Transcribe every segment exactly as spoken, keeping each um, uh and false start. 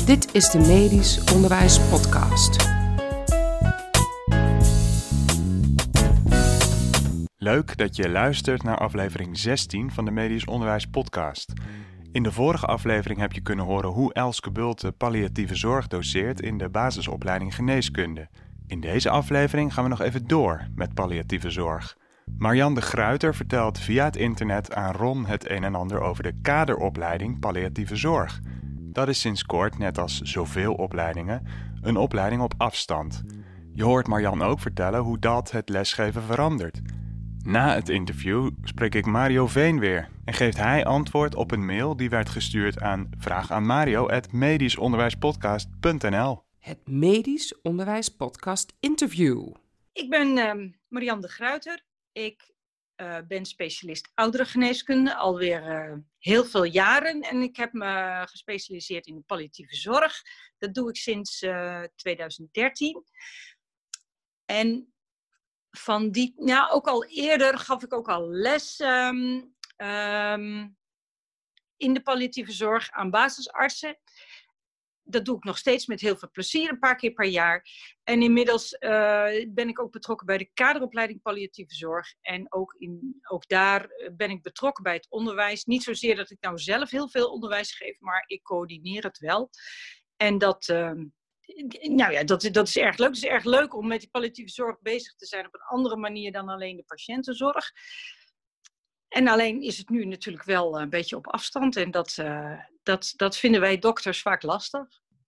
Dit is de Medisch Onderwijs Podcast. Leuk dat je luistert naar aflevering zestien van de Medisch Onderwijs Podcast. In de vorige aflevering heb je kunnen horen hoe Elske Bulte palliatieve zorg doseert in de basisopleiding geneeskunde. In deze aflevering gaan we nog even door met palliatieve zorg. Marianne de Gruyter vertelt via het internet aan Ron het een en ander over de kaderopleiding palliatieve zorg. Dat is sinds kort, net als zoveel opleidingen, een opleiding op afstand. Je hoort Marianne ook vertellen hoe dat het lesgeven verandert. Na het interview spreek ik Mario Veen weer en geeft hij antwoord op een mail die werd gestuurd aan vraag aan mario at medisch onderwijspodcast punt n l. Het Medisch Onderwijs Podcast Interview. Ik ben uh, Marianne de Gruyter. Ik uh, ben specialist ouderengeneeskunde alweer uh, heel veel jaren. En ik heb me gespecialiseerd in de palliatieve zorg. Dat doe ik sinds uh, tweeduizend dertien. En van die, nou ook al eerder gaf ik ook al les um, um, in de palliatieve zorg aan basisartsen. Dat doe ik nog steeds met heel veel plezier, een paar keer per jaar. En inmiddels uh, ben ik ook betrokken bij de kaderopleiding palliatieve zorg. En ook, in, ook daar ben ik betrokken bij het onderwijs. Niet zozeer dat ik nou zelf heel veel onderwijs geef, maar ik coördineer het wel. En dat, uh, nou ja, dat, dat is erg leuk. Het is erg leuk om met die palliatieve zorg bezig te zijn op een andere manier dan alleen de patiëntenzorg. En alleen is het nu natuurlijk wel een beetje op afstand. En dat, uh, dat, dat vinden wij dokters vaak lastig.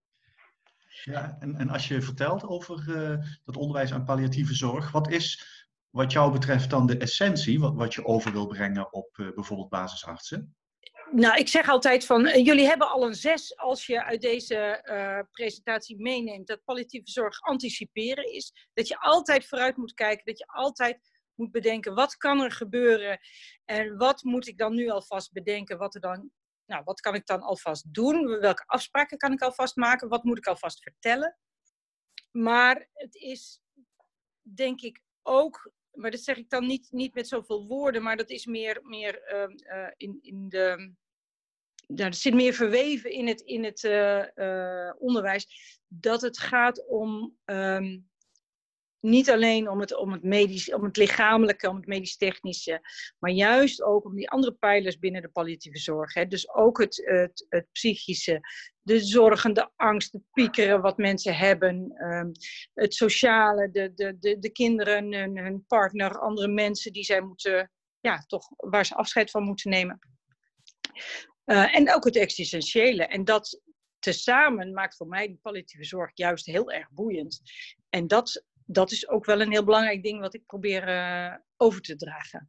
Ja, en, en als je vertelt over uh, dat onderwijs aan palliatieve zorg, wat is wat jou betreft dan de essentie, wat, wat je over wil brengen op uh, bijvoorbeeld basisartsen? Nou, ik zeg altijd van, uh, jullie hebben al een zes als je uit deze uh, presentatie meeneemt dat palliatieve zorg anticiperen is. Dat je altijd vooruit moet kijken, dat je altijd moet bedenken, wat kan er gebeuren en wat moet ik dan nu alvast bedenken, wat er dan, nou, wat kan ik dan alvast doen, welke afspraken kan ik alvast maken, wat moet ik alvast vertellen. Maar het is, denk ik ook, maar dat zeg ik dan niet, niet met zoveel woorden, maar dat is meer, meer uh, uh, in, in de, nou, dat zit meer verweven in het, in het uh, uh, onderwijs, dat het gaat om Um, Niet alleen om het, om, het medisch, om het lichamelijke, om het medisch-technische, maar juist ook om die andere pijlers binnen de palliatieve zorg. Hè. Dus ook het, het, het psychische, de zorgen, de angst, het piekeren wat mensen hebben, um, het sociale, de, de, de, de kinderen, hun, hun partner, andere mensen die zij moeten, ja, toch, waar ze afscheid van moeten nemen. Uh, en ook het existentiële. En dat tezamen maakt voor mij de palliatieve zorg juist heel erg boeiend. En dat Dat is ook wel een heel belangrijk ding wat ik probeer uh, over te dragen.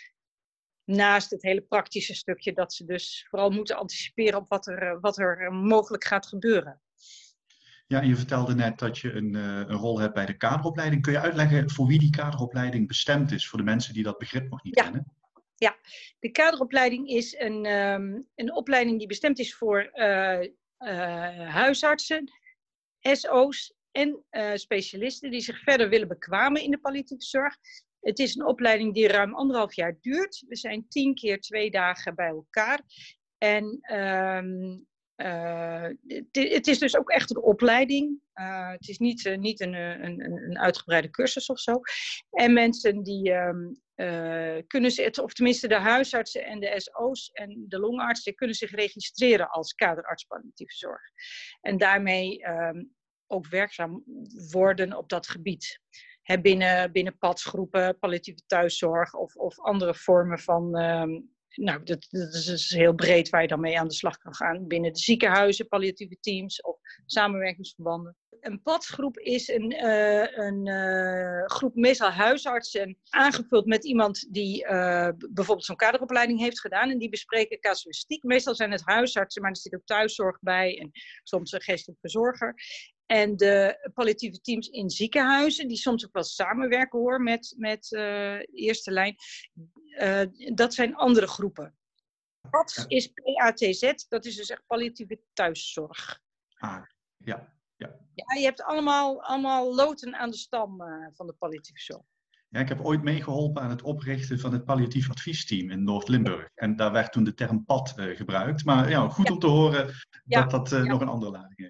Naast het hele praktische stukje dat ze dus vooral moeten anticiperen op wat er, wat er mogelijk gaat gebeuren. Ja, en je vertelde net dat je een, uh, een rol hebt bij de kaderopleiding. Kun je uitleggen voor wie die kaderopleiding bestemd is, voor de mensen die dat begrip nog niet ja. kennen? Ja, de kaderopleiding is een, um, een opleiding die bestemd is voor uh, uh, huisartsen, S O's, en uh, specialisten die zich verder willen bekwamen in de palliatieve zorg. Het is een opleiding die ruim anderhalf jaar duurt. We zijn tien keer twee dagen bij elkaar. En um, uh, het, het is dus ook echt een opleiding. Uh, het is niet, uh, niet een, een, een uitgebreide cursus of zo. En mensen die um, uh, kunnen zich, of tenminste de huisartsen en de S O's en de longartsen kunnen zich registreren als kaderarts palliatieve zorg. En daarmee Um, ook werkzaam worden op dat gebied. He, binnen, binnen P A D S-groepen, palliatieve thuiszorg of, of andere vormen van Um, nou, dat, dat is dus heel breed waar je dan mee aan de slag kan gaan. Binnen de ziekenhuizen, palliatieve teams of samenwerkingsverbanden. Een P A D S-groep is een, uh, een uh, groep meestal huisartsen aangevuld met iemand die uh, bijvoorbeeld zo'n kaderopleiding heeft gedaan. En die bespreken casuïstiek. Meestal zijn het huisartsen, maar er zit ook thuiszorg bij en soms een geestelijk verzorger. En de palliatieve teams in ziekenhuizen, die soms ook wel samenwerken hoor met, met uh, eerste lijn, uh, dat zijn andere groepen. P A T S is P A T Z, dat is dus echt palliatieve thuiszorg. Ah, ja. Ja. Ja, je hebt allemaal, allemaal loten aan de stam uh, van de palliatieve zorg. Ja, ik heb ooit meegeholpen aan het oprichten van het palliatief adviesteam in Noord-Limburg. En daar werd toen de term P A D uh, gebruikt. Maar ja, goed ja. om te horen ja. dat dat uh, ja. nog een andere lading heeft.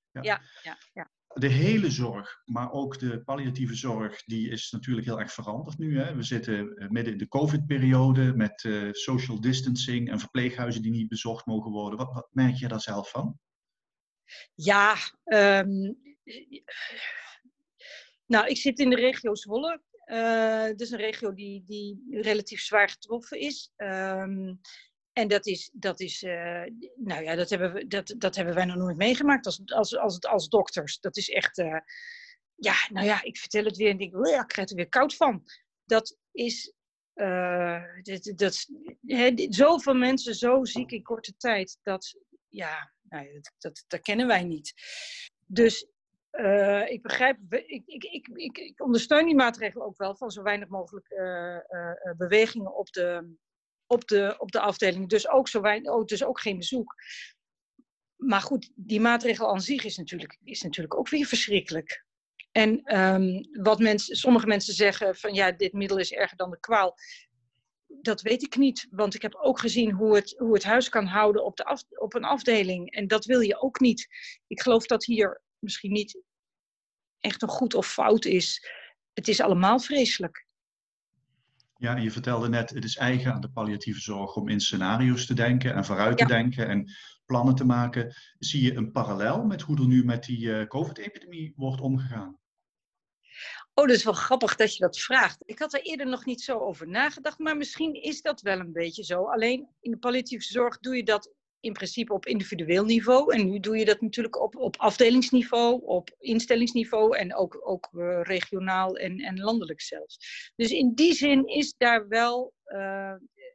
Ja. Ja, ja, ja. De hele zorg, maar ook de palliatieve zorg, die is natuurlijk heel erg veranderd nu. Hè? We zitten midden in de COVID-periode met uh, social distancing en verpleeghuizen die niet bezocht mogen worden. Wat, wat merk je daar zelf van? Ja, um, nou, ik zit in de regio Zwolle. Uh, dat is een regio die, die relatief zwaar getroffen is. Um, en dat is, dat is uh, nou ja, dat hebben, we, dat, dat hebben wij nog nooit meegemaakt als, als, als, als dokters. Dat is echt, uh, ja, nou ja, ik vertel het weer en denk, ik krijg er weer koud van. Dat is, uh, dat, dat, he, zoveel mensen zo ziek in korte tijd, dat, ja, nou, dat, dat, dat kennen wij niet. Dus uh, ik begrijp, ik, ik, ik, ik, ik ondersteun die maatregelen ook wel van zo weinig mogelijk uh, uh, bewegingen op de, op de, op de afdeling. Dus ook, zo weinig, oh, dus ook geen bezoek. Maar goed, die maatregel aan zich is natuurlijk, is natuurlijk ook weer verschrikkelijk. En um, wat mensen, sommige mensen zeggen van ja, dit middel is erger dan de kwaal. Dat weet ik niet, want ik heb ook gezien hoe het, hoe het huis kan houden op, de af, op een afdeling. En dat wil je ook niet. Ik geloof dat hier misschien niet echt een goed of fout is. Het is allemaal vreselijk. Ja, en je vertelde net, het is eigen aan de palliatieve zorg om in scenario's te denken en vooruit te ja. denken en plannen te maken. Zie je een parallel met hoe er nu met die uh, COVID-epidemie wordt omgegaan? Oh, dat is wel grappig dat je dat vraagt. Ik had er eerder nog niet zo over nagedacht, maar misschien is dat wel een beetje zo. Alleen in de palliatieve zorg doe je dat in principe op individueel niveau. En nu doe je dat natuurlijk op, op afdelingsniveau, op instellingsniveau en ook, ook uh, regionaal en, en landelijk zelfs. Dus in die zin is daar wel, uh,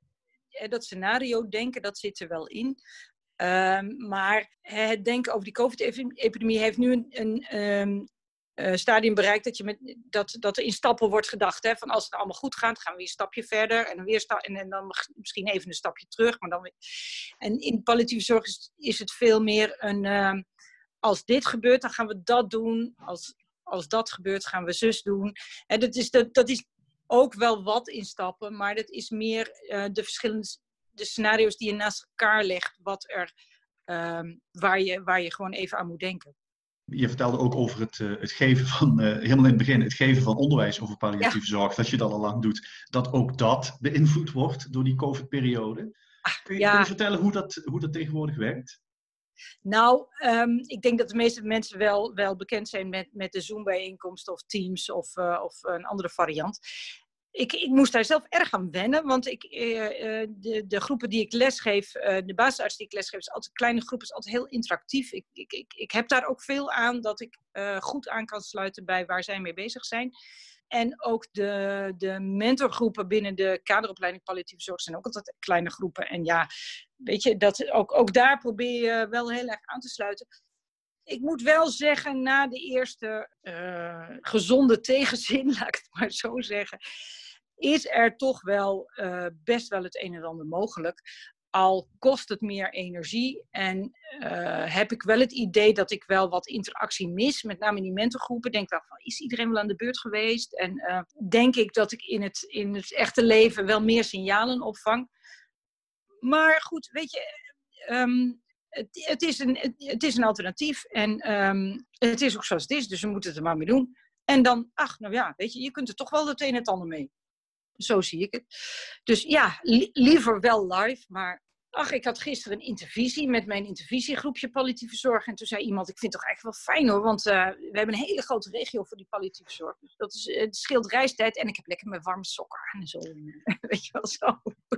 dat scenario denken, dat zit er wel in. Uh, maar het denken over die COVID-epidemie heeft nu een... een um, Uh, stadium bereikt dat, je met, dat, dat er in stappen wordt gedacht. Hè? Van als het allemaal goed gaat, gaan we weer een stapje verder. En dan, weer sta- en, en dan misschien even een stapje terug. Maar dan weer... En in palliatieve zorg is, is het veel meer een... Uh, als dit gebeurt, dan gaan we dat doen. Als, als dat gebeurt, gaan we zus doen. En dat, is, dat, dat is ook wel wat in stappen. Maar dat is meer uh, de verschillende de scenario's die je naast elkaar legt. Wat er, uh, waar, je, waar je gewoon even aan moet denken. Je vertelde ook over het, uh, het geven van, uh, helemaal in het begin, het geven van onderwijs over palliatieve ja. zorg, dat je dat al lang doet. Dat ook dat beïnvloed wordt door die COVID-periode. Ach, kun, je, ja. kun je vertellen hoe dat, hoe dat tegenwoordig werkt? Nou, um, ik denk dat de meeste mensen wel, wel bekend zijn met, met de Zoom-bijeenkomst of Teams of, uh, of een andere variant. Ik, ik moest daar zelf erg aan wennen, want ik, uh, de, de groepen die ik lesgeef, uh, de basisarts die ik lesgeef, is altijd kleine groepen, is altijd heel interactief. Ik, ik, ik, ik heb daar ook veel aan dat ik uh, goed aan kan sluiten bij waar zij mee bezig zijn. En ook de, de mentorgroepen binnen de kaderopleiding palliatieve zorg zijn ook altijd kleine groepen. En ja, weet je, dat, ook, ook daar probeer je wel heel erg aan te sluiten. Ik moet wel zeggen, na de eerste uh, gezonde tegenzin, laat ik het maar zo zeggen, is er toch wel uh, best wel het een en ander mogelijk. Al kost het meer energie en uh, heb ik wel het idee dat ik wel wat interactie mis. Met name in die mentorgroepen. Denk wel van, is iedereen wel aan de beurt geweest? En uh, denk ik dat ik in het, in het echte leven wel meer signalen opvang. Maar goed, weet je, um, het, het, is een, het, het is een alternatief. En um, het is ook zoals het is, dus we moeten het er maar mee doen. En dan, ach, nou ja, weet je, je kunt er toch wel het een en het ander mee. Zo zie ik het. Dus ja, li- liever wel live, maar ach, ik had gisteren een intervisie met mijn intervisiegroepje palliatieve zorg. En toen zei iemand, ik vind het toch echt wel fijn hoor, want uh, we hebben een hele grote regio voor die palliatieve zorg. Dus dat is, het scheelt reistijd en ik heb lekker mijn warme sokken aan en zo. Weet je wel zo.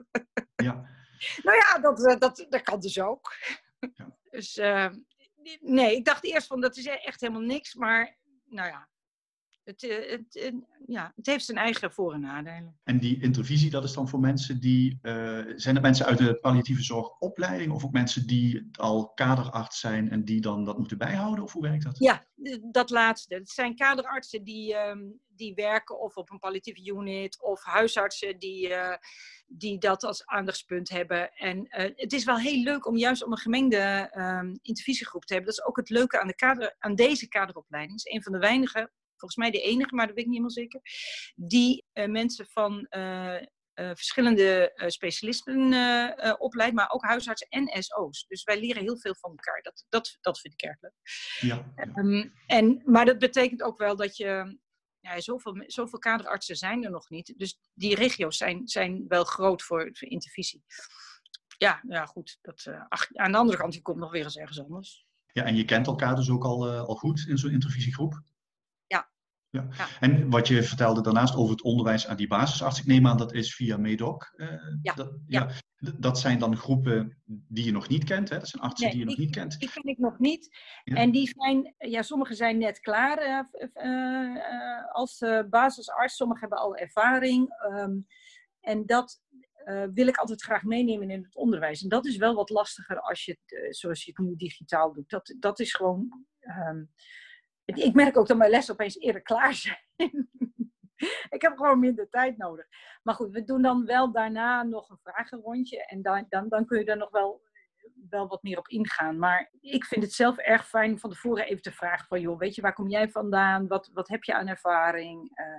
Ja. Nou ja, dat, dat, dat kan dus ook. Ja. Dus uh, nee, ik dacht eerst van, dat is echt helemaal niks, maar nou ja. Het, het, het, ja, het heeft zijn eigen voor- en nadelen. En die intervisie, dat is dan voor mensen die... Uh, zijn dat mensen uit de palliatieve zorgopleiding of ook mensen die al kaderarts zijn en die dan dat moeten bijhouden? Of hoe werkt dat? Ja, dat laatste. Het zijn kaderartsen die, um, die werken of op een palliatieve unit of huisartsen die, uh, die dat als aandachtspunt hebben. En uh, het is wel heel leuk om juist om een gemengde um, intervisiegroep te hebben. Dat is ook het leuke aan, de kader, aan deze kaderopleiding. Het is een van de weinige... Volgens mij de enige, maar dat weet ik niet helemaal zeker. Die uh, mensen van uh, uh, verschillende uh, specialisten uh, uh, opleidt, maar ook huisartsen en S O's. Dus wij leren heel veel van elkaar. Dat, dat, dat vind ik erg leuk. Ja, ja. Um, en, maar dat betekent ook wel dat je... Ja, zoveel, zoveel kaderartsen zijn er nog niet. Dus die regio's zijn, zijn wel groot voor, voor intervisie. Ja, ja goed. Dat, uh, ach, aan de andere kant, die komt nog weer eens ergens anders. Ja, en je kent elkaar dus ook al, uh, al goed in zo'n intervisiegroep? Ja. Ja. ja. En wat je vertelde daarnaast over het onderwijs aan die basisarts, ik neem aan dat is via MEDOC. Uh, ja. Dat, ja. ja. Dat zijn dan groepen die je nog niet kent, hè? Dat zijn artsen nee, die je die, nog niet kent. Die ken ik nog niet. Ja. En die zijn, ja, sommigen zijn net klaar uh, uh, uh, als uh, basisarts, sommigen hebben al ervaring. Um, en dat uh, wil ik altijd graag meenemen in het onderwijs. En dat is wel wat lastiger als je het, uh, zoals je het nu digitaal doet. Dat, dat is gewoon... Um, ik merk ook dat mijn lessen opeens eerder klaar zijn. Ik heb gewoon minder tijd nodig. Maar goed, we doen dan wel daarna nog een vragenrondje. En dan, dan, dan kun je er nog wel, wel wat meer op ingaan. Maar ik vind het zelf erg fijn om van tevoren even te vragen van... joh, weet je, waar kom jij vandaan? Wat, wat heb je aan ervaring? Uh,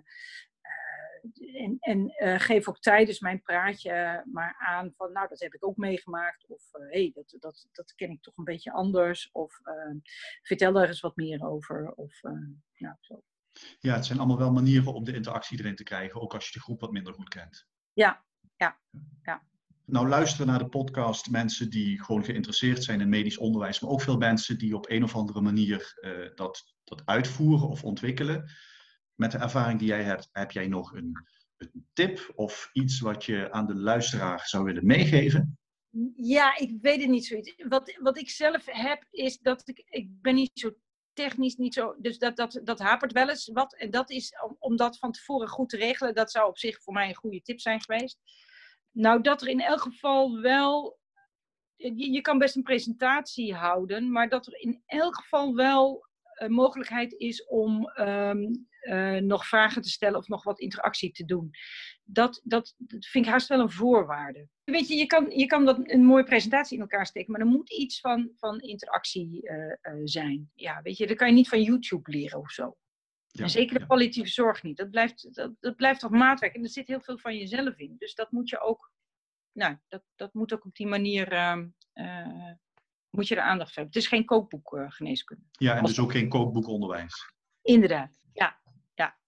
uh, en en uh, geef ook tijdens mijn praatje maar aan van... nou, dat heb ik ook meegemaakt. Of hé, uh, hey, dat, dat, dat ken ik toch een beetje anders. Of uh, vertel daar eens wat meer over. Of uh, nou, zo. Ja, het zijn allemaal wel manieren om de interactie erin te krijgen, ook als je de groep wat minder goed kent. Ja, ja, ja. Nou luisteren naar de podcast mensen die gewoon geïnteresseerd zijn in medisch onderwijs, maar ook veel mensen die op een of andere manier uh, dat, dat uitvoeren of ontwikkelen. Met de ervaring die jij hebt, heb jij nog een, een tip of iets wat je aan de luisteraar zou willen meegeven? Ja, ik weet het niet zoiets. Wat, wat ik zelf heb is dat ik, ik ben niet zo technisch niet zo, dus dat, dat, dat hapert wel eens wat. En dat is om, om dat van tevoren goed te regelen. Dat zou op zich voor mij een goede tip zijn geweest. Nou, dat er in elk geval wel, je, je kan best een presentatie houden, maar dat er in elk geval wel een mogelijkheid is om um, uh, nog vragen te stellen of nog wat interactie te doen. Dat, dat, dat vind ik haast wel een voorwaarde. Weet je, je kan, je kan dat een mooie presentatie in elkaar steken, maar er moet iets van, van interactie uh, uh, zijn. Ja, weet je, dat kan je niet van YouTube leren of zo. Ja, en zeker de ja. palliatieve zorg niet. Dat blijft, dat, dat blijft toch maatwerk. En er zit heel veel van jezelf in. Dus dat moet je ook, nou, dat, dat moet ook op die manier, uh, uh, moet je er aandacht voor hebben. Het is geen kookboek uh, geneeskunde. Ja, en dus ook geen kookboekonderwijs. Inderdaad, ja. ja.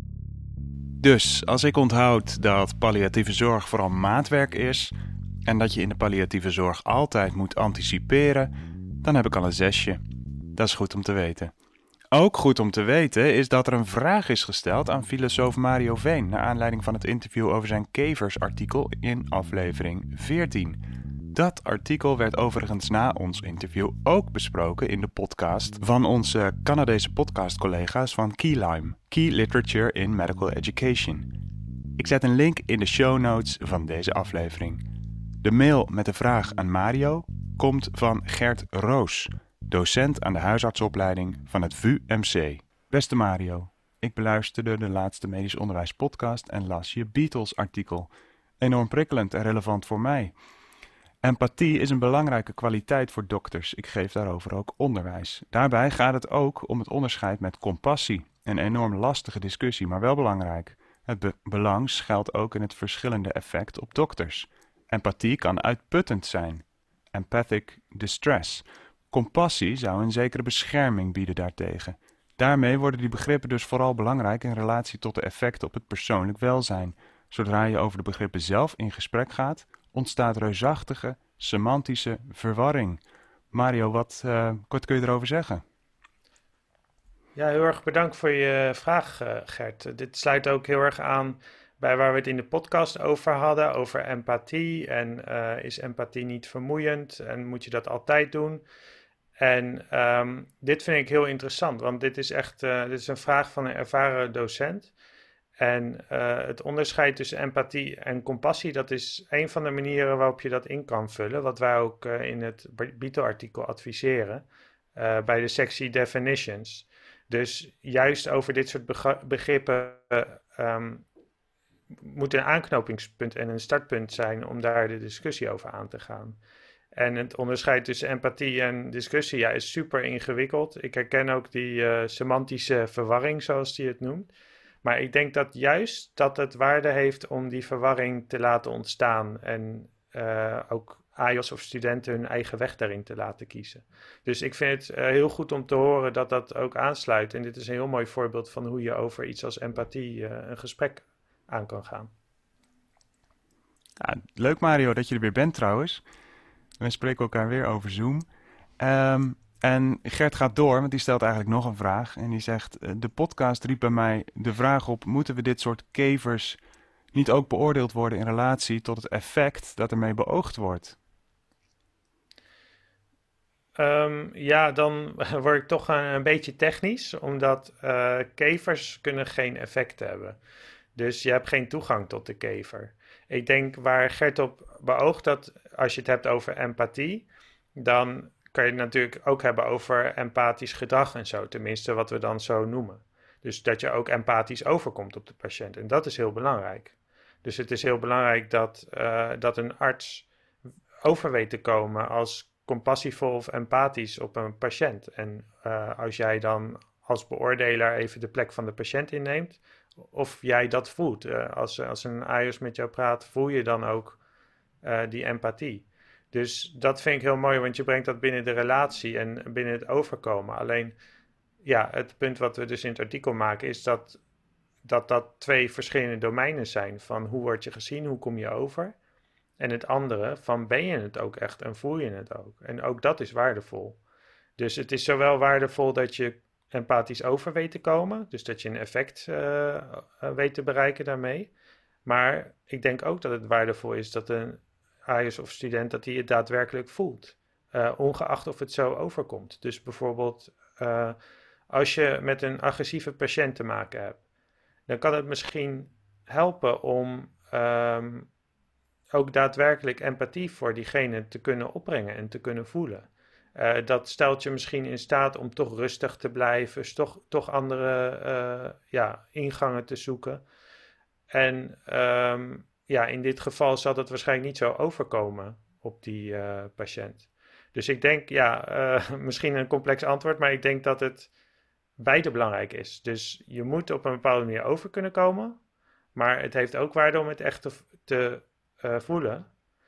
Dus als ik onthoud dat palliatieve zorg vooral maatwerk is en dat je in de palliatieve zorg altijd moet anticiperen, dan heb ik al een zesje. Dat is goed om te weten. Ook goed om te weten is dat er een vraag is gesteld aan filosoof Mario Veen naar aanleiding van het interview over zijn keversartikel in aflevering veertien. Dat artikel werd overigens na ons interview ook besproken in de podcast van onze Canadese podcastcollega's van Keylime, Key Literature in Medical Education. Ik zet een link in de show notes van deze aflevering. De mail met de vraag aan Mario komt van Gert Roos, docent aan de huisartsopleiding van het V U M C. Beste Mario, ik beluisterde de laatste medisch onderwijs podcast en las je Beatles artikel. Enorm prikkelend en relevant voor mij. Empathie is een belangrijke kwaliteit voor dokters. Ik geef daarover ook onderwijs. Daarbij gaat het ook om het onderscheid met compassie. Een enorm lastige discussie, maar wel belangrijk. Het be- belang schuilt ook in het verschillende effect op dokters. Empathie kan uitputtend zijn. Empathic distress. Compassie zou een zekere bescherming bieden daartegen. Daarmee worden die begrippen dus vooral belangrijk in relatie tot de effecten op het persoonlijk welzijn. Zodra je over de begrippen zelf in gesprek gaat, ontstaat reusachtige, semantische verwarring. Mario, wat, uh, wat kun je erover zeggen? Ja, heel erg bedankt voor je vraag, uh, Gert. Uh, dit sluit ook heel erg aan bij waar we het in de podcast over hadden, over empathie. En uh, is empathie niet vermoeiend en moet je dat altijd doen? En um, dit vind ik heel interessant, want dit is echt uh, dit is een vraag van een ervaren docent. En uh, het onderscheid tussen empathie en compassie, dat is een van de manieren waarop je dat in kan vullen. Wat wij ook uh, in het Bito-artikel adviseren uh, bij de sectie definitions. Dus juist over dit soort beg- begrippen uh, um, moet een aanknopingspunt en een startpunt zijn om daar de discussie over aan te gaan. En het onderscheid tussen empathie en discussie ja, is super ingewikkeld. Ik herken ook die uh, semantische verwarring, zoals hij het noemt. Maar ik denk dat juist dat het waarde heeft om die verwarring te laten ontstaan en uh, ook A I O S of studenten hun eigen weg daarin te laten kiezen. Dus ik vind het uh, heel goed om te horen dat dat ook aansluit. En dit is een heel mooi voorbeeld van hoe je over iets als empathie uh, een gesprek aan kan gaan. Ja, leuk Mario dat je er weer bent trouwens. We spreken elkaar weer over Zoom. Um, en Gert gaat door, want die stelt eigenlijk nog een vraag. En die zegt, de podcast riep bij mij de vraag op, moeten we dit soort kevers niet ook beoordeeld worden in relatie tot het effect dat ermee beoogd wordt? Um, ja, dan word ik toch een, een beetje technisch, omdat uh, kevers kunnen geen effect hebben. Dus je hebt geen toegang tot de kever. Ik denk waar Gert op beoogt, dat als je het hebt over empathie, dan kan je het natuurlijk ook hebben over empathisch gedrag en zo. Tenminste, wat we dan zo noemen. Dus dat je ook empathisch overkomt op de patiënt. En dat is heel belangrijk. Dus het is heel belangrijk dat, uh, dat een arts over weet te komen als compassievol of empathisch op een patiënt. En uh, als jij dan als beoordelaar even de plek van de patiënt inneemt, of jij dat voelt. Uh, als, als een A I O S met jou praat, voel je dan ook uh, die empathie. Dus dat vind ik heel mooi, want je brengt dat binnen de relatie en binnen het overkomen. Alleen, ja, het punt wat we dus in het artikel maken is dat dat, dat twee verschillende domeinen zijn. Van hoe word je gezien, hoe kom je over? En het andere van ben je het ook echt en voel je het ook? En ook dat is waardevol. Dus het is zowel waardevol dat je empathisch over weet te komen. Dus dat je een effect uh, weet te bereiken daarmee. Maar ik denk ook dat het waardevol is dat een A I O S of student dat hij het daadwerkelijk voelt. Uh, ongeacht of het zo overkomt. Dus bijvoorbeeld uh, als je met een agressieve patiënt te maken hebt, dan kan het misschien helpen om um, ook daadwerkelijk empathie voor diegene te kunnen opbrengen en te kunnen voelen. Uh, dat stelt je misschien in staat om toch rustig te blijven, toch, toch andere uh, ja, ingangen te zoeken. En um, ja, in dit geval zal dat waarschijnlijk niet zo overkomen op die uh, patiënt. Dus ik denk, ja, uh, misschien een complex antwoord, maar ik denk dat het beide belangrijk is. Dus je moet op een bepaalde manier over kunnen komen, maar het heeft ook waarde om het echt te, te uh, voelen.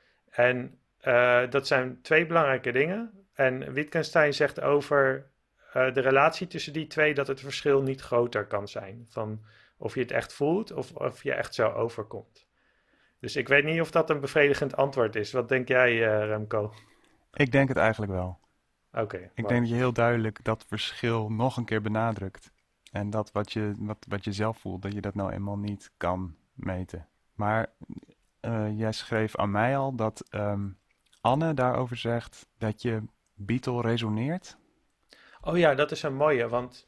En uh, dat zijn twee belangrijke dingen. En Wittgenstein zegt over uh, de relatie tussen die twee dat het verschil niet groter kan zijn. Van of je het echt voelt of of je echt zo overkomt. Dus ik weet niet of dat een bevredigend antwoord is. Wat denk jij, uh, Remco? Ik denk het eigenlijk wel. Oké. Okay, ik wow. denk dat je heel duidelijk dat verschil nog een keer benadrukt. En dat wat je, wat, wat je zelf voelt, dat je dat nou eenmaal niet kan meten. Maar uh, jij schreef aan mij al dat um, Anne daarover zegt dat je Beatle resoneert. Oh ja, dat is een mooie, want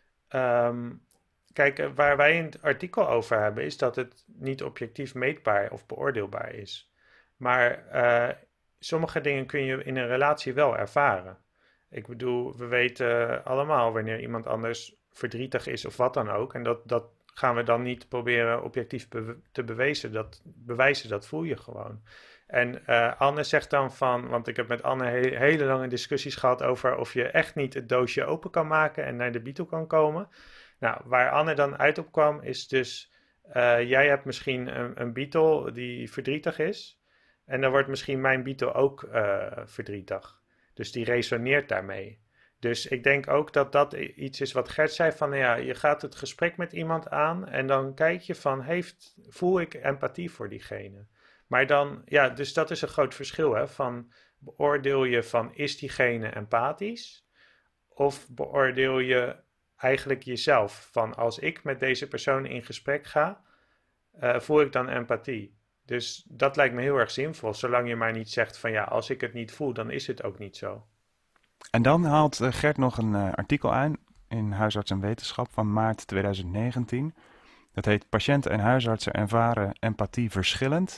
um, kijk, waar wij in het artikel over hebben is dat het niet objectief meetbaar of beoordeelbaar is. Maar uh, sommige dingen kun je in een relatie wel ervaren. Ik bedoel, we weten allemaal wanneer iemand anders verdrietig is of wat dan ook. En dat, dat gaan we dan niet proberen objectief be- te bewijzen. Dat, bewijzen, dat voel je gewoon. En uh, Anne zegt dan van, want ik heb met Anne he- hele lange discussies gehad over of je echt niet het doosje open kan maken en naar de Beatle kan komen. Nou, waar Anne dan uit op kwam is dus, uh, jij hebt misschien een, een Beatle die verdrietig is. En dan wordt misschien mijn Beatle ook uh, verdrietig. Dus die resoneert daarmee. Dus ik denk ook dat dat iets is wat Gert zei van, ja, je gaat het gesprek met iemand aan en dan kijk je van, heeft, voel ik empathie voor diegene? Maar dan, ja, dus dat is een groot verschil, hè, van beoordeel je van, is diegene empathisch? Of beoordeel je eigenlijk jezelf van, als ik met deze persoon in gesprek ga, uh, voel ik dan empathie? Dus dat lijkt me heel erg zinvol, zolang je maar niet zegt van, ja, als ik het niet voel, dan is het ook niet zo. En dan haalt uh, Gert nog een uh, artikel aan in Huisarts en Wetenschap van maart tweeduizend negentien. Dat heet Patiënten en huisartsen ervaren empathie verschillend.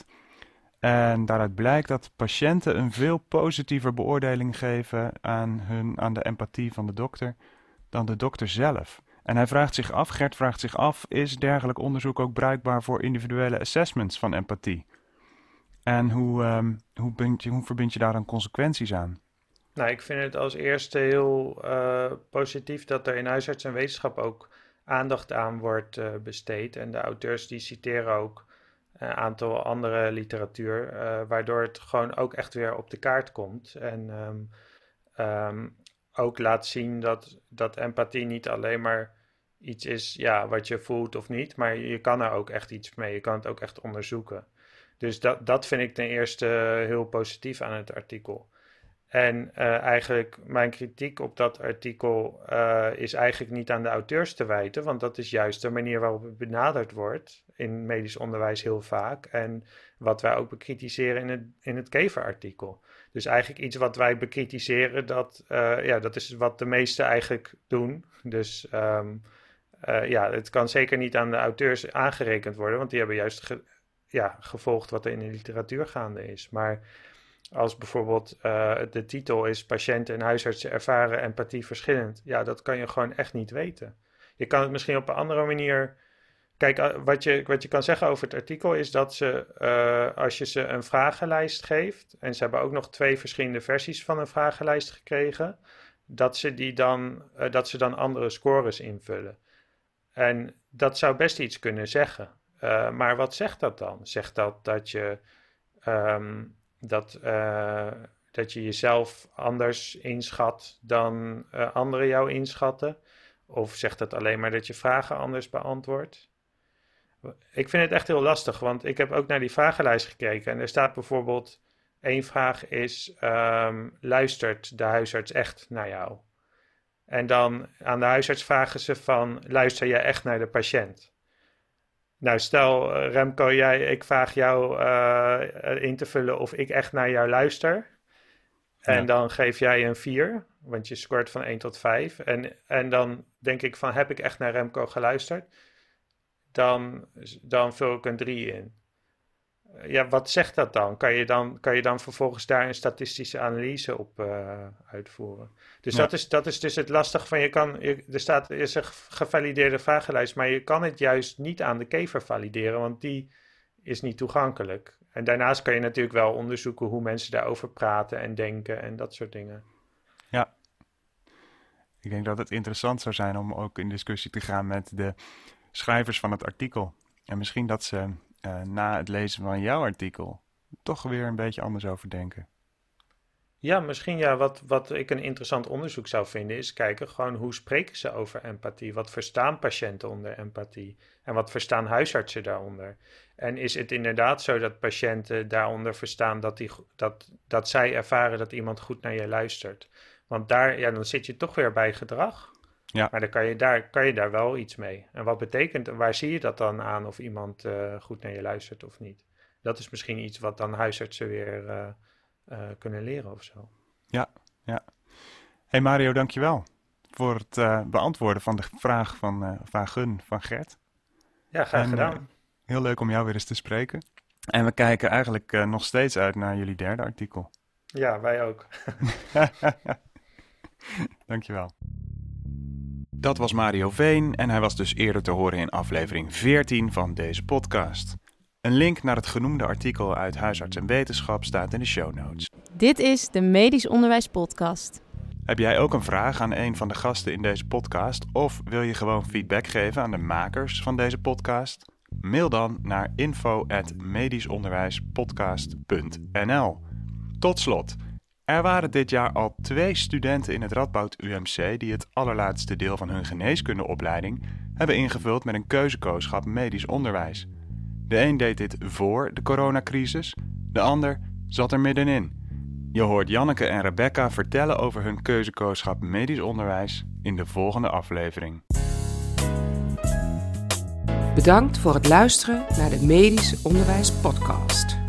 En daaruit blijkt dat patiënten een veel positiever beoordeling geven aan, hun, aan de empathie van de dokter dan de dokter zelf. En hij vraagt zich af, Gert vraagt zich af, is dergelijk onderzoek ook bruikbaar voor individuele assessments van empathie? En hoe, um, hoe, bind je, hoe verbind je daar dan consequenties aan? Nou, ik vind het als eerste heel uh, positief dat er in Huisarts en Wetenschap ook aandacht aan wordt uh, besteed. En de auteurs die citeren ook een aantal andere literatuur, uh, waardoor het gewoon ook echt weer op de kaart komt. En um, um, ook laat zien dat, dat empathie niet alleen maar iets is ja, wat je voelt of niet, maar je kan er ook echt iets mee. Je kan het ook echt onderzoeken. Dus dat, dat vind ik ten eerste heel positief aan het artikel. En uh, eigenlijk mijn kritiek op dat artikel uh, is eigenlijk niet aan de auteurs te wijten, want dat is juist de manier waarop het benaderd wordt in medisch onderwijs heel vaak. En wat wij ook bekritiseren in het, in het Kever-artikel. Dus eigenlijk iets wat wij bekritiseren, dat, uh, ja, dat is wat de meesten eigenlijk doen. Dus um, uh, ja, het kan zeker niet aan de auteurs aangerekend worden, want die hebben juist ge, ja, gevolgd wat er in de literatuur gaande is. Maar als bijvoorbeeld uh, de titel is patiënten en huisartsen ervaren empathie verschillend. Ja, dat kan je gewoon echt niet weten. Je kan het misschien op een andere manier... Kijk, wat je, wat je kan zeggen over het artikel is dat ze, uh, als je ze een vragenlijst geeft, en ze hebben ook nog twee verschillende versies van een vragenlijst gekregen, dat ze, die dan, uh, dat ze dan andere scores invullen. En dat zou best iets kunnen zeggen. Uh, maar wat zegt dat dan? Zegt dat dat je... Um, Dat, uh, dat je jezelf anders inschat dan uh, anderen jou inschatten? Of zegt dat alleen maar dat je vragen anders beantwoordt? Ik vind het echt heel lastig, want ik heb ook naar die vragenlijst gekeken. En er staat bijvoorbeeld, één vraag is, um, luistert de huisarts echt naar jou? En dan aan de huisarts vragen ze van, luister jij echt naar de patiënt? Nou, stel Remco, jij, ik vraag jou uh, in te vullen of ik echt naar jou luister. En ja. Dan geef jij een vier, want je scoort van één tot vijf. En, en dan denk ik van, heb ik echt naar Remco geluisterd? Dan, dan vul ik een drie in. Ja, wat zegt dat dan? Kan je dan, kan je dan vervolgens daar een statistische analyse op uh, uitvoeren? Dus ja. dat, is, dat is dus het lastig van, je kan, je, er staat, er is een gevalideerde vragenlijst, maar je kan het juist niet aan de Kever valideren, want die is niet toegankelijk. En daarnaast kan je natuurlijk wel onderzoeken hoe mensen daarover praten en denken en dat soort dingen. Ja, ik denk dat het interessant zou zijn om ook in discussie te gaan met de schrijvers van het artikel. En misschien dat ze uh, na het lezen van jouw artikel toch weer een beetje anders over denken. Ja, misschien ja. Wat, wat ik een interessant onderzoek zou vinden is kijken gewoon hoe spreken ze over empathie? Wat verstaan patiënten onder empathie? En wat verstaan huisartsen daaronder? En is het inderdaad zo dat patiënten daaronder verstaan dat, die, dat, dat zij ervaren dat iemand goed naar je luistert? Want daar, ja, dan zit je toch weer bij gedrag. Ja. Maar dan kan je, daar, kan je daar wel iets mee. En wat betekent, waar zie je dat dan aan of iemand uh, goed naar je luistert of niet? Dat is misschien iets wat dan huisartsen weer uh, uh, kunnen leren of zo. Ja, ja. Hey Mario, dankjewel voor het uh, beantwoorden van de vraag van, uh, vragen van Gert. Ja, graag en, gedaan. Uh, heel leuk om jou weer eens te spreken. En we kijken eigenlijk uh, nog steeds uit naar jullie derde artikel. Ja, wij ook. Dankjewel. Dat was Mario Veen en hij was dus eerder te horen in aflevering veertien van deze podcast. Een link naar het genoemde artikel uit Huisarts en Wetenschap staat in de show notes. Dit is de Medisch Onderwijs Podcast. Heb jij ook een vraag aan een van de gasten in deze podcast of wil je gewoon feedback geven aan de makers van deze podcast? Mail dan naar info at medischonderwijspodcast punt n l. Tot slot. Er waren dit jaar al twee studenten in het Radboud U M C die het allerlaatste deel van hun geneeskundeopleiding hebben ingevuld met een keuzekooschap medisch onderwijs. De een deed dit voor de coronacrisis, de ander zat er middenin. Je hoort Janneke en Rebecca vertellen over hun keuzekooschap medisch onderwijs in de volgende aflevering. Bedankt voor het luisteren naar de Medisch Onderwijs Podcast.